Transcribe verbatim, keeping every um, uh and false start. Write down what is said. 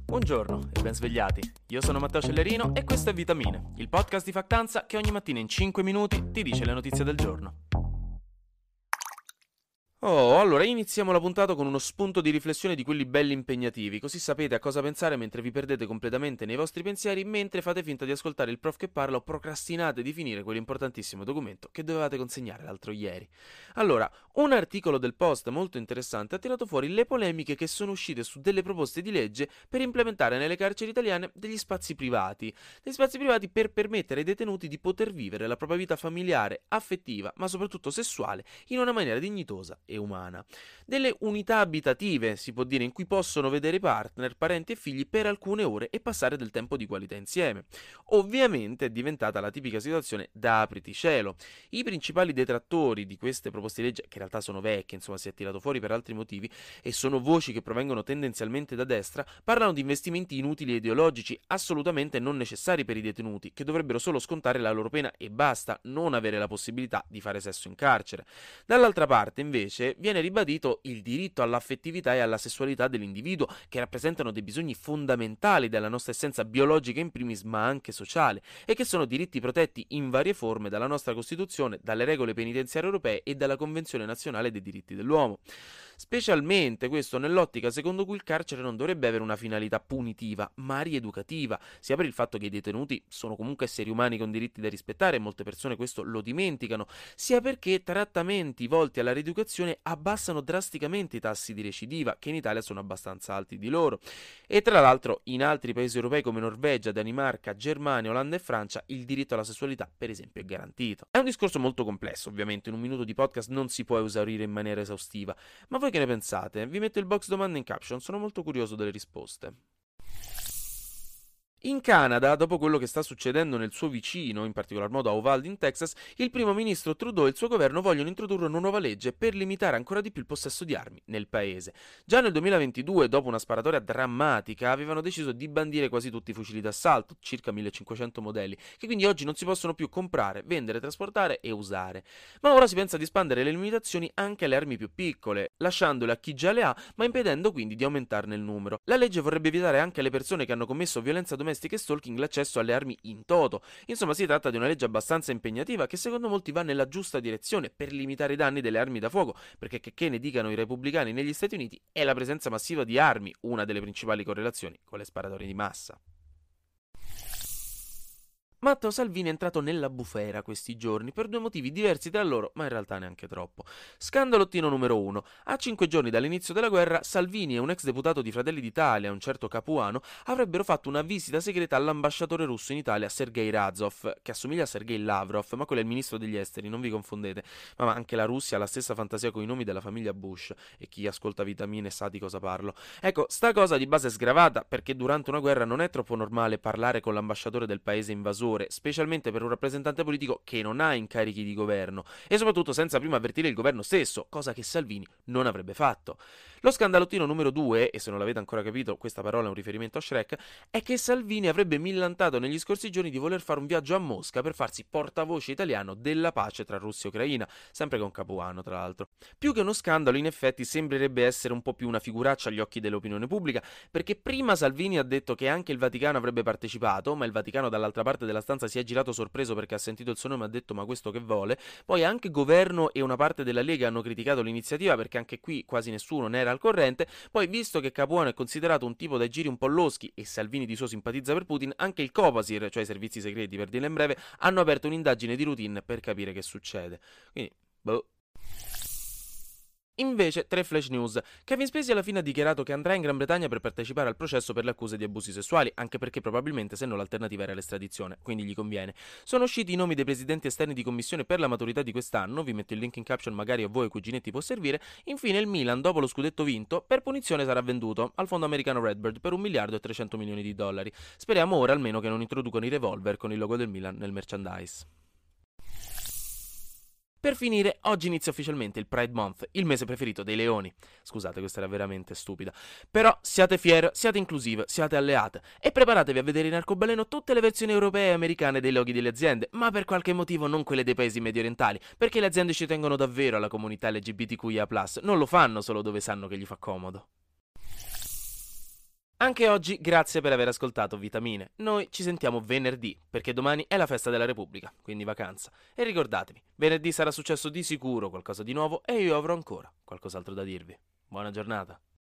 Buongiorno e ben svegliati, io sono Matteo Cellerino e questo è Vitamine, il podcast di Factanza che ogni mattina in cinque minuti ti dice le notizie del giorno. Oh, allora iniziamo la puntata con uno spunto di riflessione di quelli belli impegnativi, così sapete a cosa pensare mentre vi perdete completamente nei vostri pensieri mentre fate finta di ascoltare il prof che parla o procrastinate di finire quell'importantissimo documento che dovevate consegnare l'altro ieri. Allora, un articolo del Post molto interessante ha tirato fuori le polemiche che sono uscite su delle proposte di legge per implementare nelle carceri italiane degli spazi privati, degli spazi privati per permettere ai detenuti di poter vivere la propria vita familiare, affettiva, ma soprattutto sessuale in una maniera dignitosa e umana. Delle unità abitative, si può dire, in cui possono vedere partner, parenti e figli per alcune ore e passare del tempo di qualità insieme. Ovviamente è diventata la tipica situazione da apriti cielo. I principali detrattori di queste proposte di legge, che in realtà sono vecchie, insomma si è tirato fuori per altri motivi, e sono voci che provengono tendenzialmente da destra, parlano di investimenti inutili e ideologici, assolutamente non necessari per i detenuti, che dovrebbero solo scontare la loro pena e basta, non avere la possibilità di fare sesso in carcere. Dall'altra parte, invece, viene ribadito il diritto all'affettività e alla sessualità dell'individuo, che rappresentano dei bisogni fondamentali della nostra essenza biologica in primis, ma anche sociale, e che sono diritti protetti in varie forme dalla nostra Costituzione, dalle regole penitenziarie europee e dalla Convenzione nazionale dei diritti dell'uomo. Specialmente questo nell'ottica secondo cui il carcere non dovrebbe avere una finalità punitiva, ma rieducativa, sia per il fatto che i detenuti sono comunque esseri umani con diritti da rispettare e molte persone questo lo dimenticano, sia perché trattamenti volti alla rieducazione abbassano drasticamente i tassi di recidiva, che in Italia sono abbastanza alti di loro. E tra l'altro in altri paesi europei come Norvegia, Danimarca, Germania, Olanda e Francia il diritto alla sessualità per esempio è garantito. È un discorso molto complesso, ovviamente in un minuto di podcast non si può esaurire in maniera esaustiva, ma voi che ne pensate? Vi metto il box domande in caption, sono molto curioso delle risposte. In Canada, dopo quello che sta succedendo nel suo vicino, in particolar modo a Uvalde in Texas, il primo ministro Trudeau e il suo governo vogliono introdurre una nuova legge per limitare ancora di più il possesso di armi nel paese. Già nel duemilaventidue, dopo una sparatoria drammatica, avevano deciso di bandire quasi tutti i fucili d'assalto, circa millecinquecento modelli, che quindi oggi non si possono più comprare, vendere, trasportare e usare. Ma ora si pensa di espandere le limitazioni anche alle armi più piccole, lasciandole a chi già le ha, ma impedendo quindi di aumentarne il numero. La legge vorrebbe vietare anche alle persone che hanno commesso violenza domestica e stalking l'accesso alle armi in toto. Insomma, si tratta di una legge abbastanza impegnativa che secondo molti va nella giusta direzione per limitare i danni delle armi da fuoco, perché che, che ne dicano i repubblicani negli Stati Uniti è la presenza massiva di armi una delle principali correlazioni con le sparatorie di massa. Matteo Salvini è entrato nella bufera questi giorni per due motivi diversi tra loro, ma in realtà neanche troppo. Scandalottino numero uno. A cinque giorni dall'inizio della guerra, Salvini e un ex deputato di Fratelli d'Italia, un certo Capuano, avrebbero fatto una visita segreta all'ambasciatore russo in Italia, Sergei Razov, che assomiglia a Sergei Lavrov, ma quello è il ministro degli esteri, non vi confondete. Ma anche la Russia ha la stessa fantasia con i nomi della famiglia Bush, e chi ascolta Vitamine sa di cosa parlo. Ecco, sta cosa di base è sgravata, perché durante una guerra non è troppo normale parlare con l'ambasciatore del paese invasore, specialmente per un rappresentante politico che non ha incarichi di governo e soprattutto senza prima avvertire il governo stesso, cosa che Salvini non avrebbe fatto. Lo scandalottino numero due, e se non l'avete ancora capito questa parola è un riferimento a Shrek, è che Salvini avrebbe millantato negli scorsi giorni di voler fare un viaggio a Mosca per farsi portavoce italiano della pace tra Russia e Ucraina, sempre con Capuano tra l'altro. Più che uno scandalo in effetti sembrerebbe essere un po' più una figuraccia agli occhi dell'opinione pubblica, perché prima Salvini ha detto che anche il Vaticano avrebbe partecipato, ma il Vaticano dall'altra parte della stanza si è girato sorpreso perché ha sentito il suo nome e ha detto ma questo che vuole. Poi anche governo e una parte della Lega hanno criticato l'iniziativa perché anche qui quasi nessuno ne era al corrente. Poi visto che Capuano è considerato un tipo dai giri un po' loschi e Salvini di suo simpatizza per Putin, anche il Copasir, cioè i servizi segreti per dirla in breve, hanno aperto un'indagine di routine per capire che succede. Quindi, boh. Invece, tre flash news. Kevin Spacey alla fine ha dichiarato che andrà in Gran Bretagna per partecipare al processo per le accuse di abusi sessuali, anche perché probabilmente se no l'alternativa era l'estradizione, quindi gli conviene. Sono usciti i nomi dei presidenti esterni di commissione per la maturità di quest'anno, vi metto il link in caption, magari a voi cuginetti può servire. Infine il Milan, dopo lo scudetto vinto, per punizione sarà venduto al fondo americano Redbird per un miliardo e trecento milioni di dollari. Speriamo ora almeno che non introducano i revolver con il logo del Milan nel merchandise. Per finire, oggi inizia ufficialmente il Pride Month, il mese preferito dei leoni. Scusate, questa era veramente stupida. Però siate fiere, siate inclusive, siate alleate e preparatevi a vedere in arcobaleno tutte le versioni europee e americane dei loghi delle aziende, ma per qualche motivo non quelle dei paesi mediorientali, perché le aziende ci tengono davvero alla comunità L G B T Q I A plus, non lo fanno solo dove sanno che gli fa comodo. Anche oggi grazie per aver ascoltato Vitamine. Noi ci sentiamo venerdì, perché domani è la festa della Repubblica, quindi vacanza. E ricordatevi, venerdì sarà successo di sicuro qualcosa di nuovo e io avrò ancora qualcos'altro da dirvi. Buona giornata.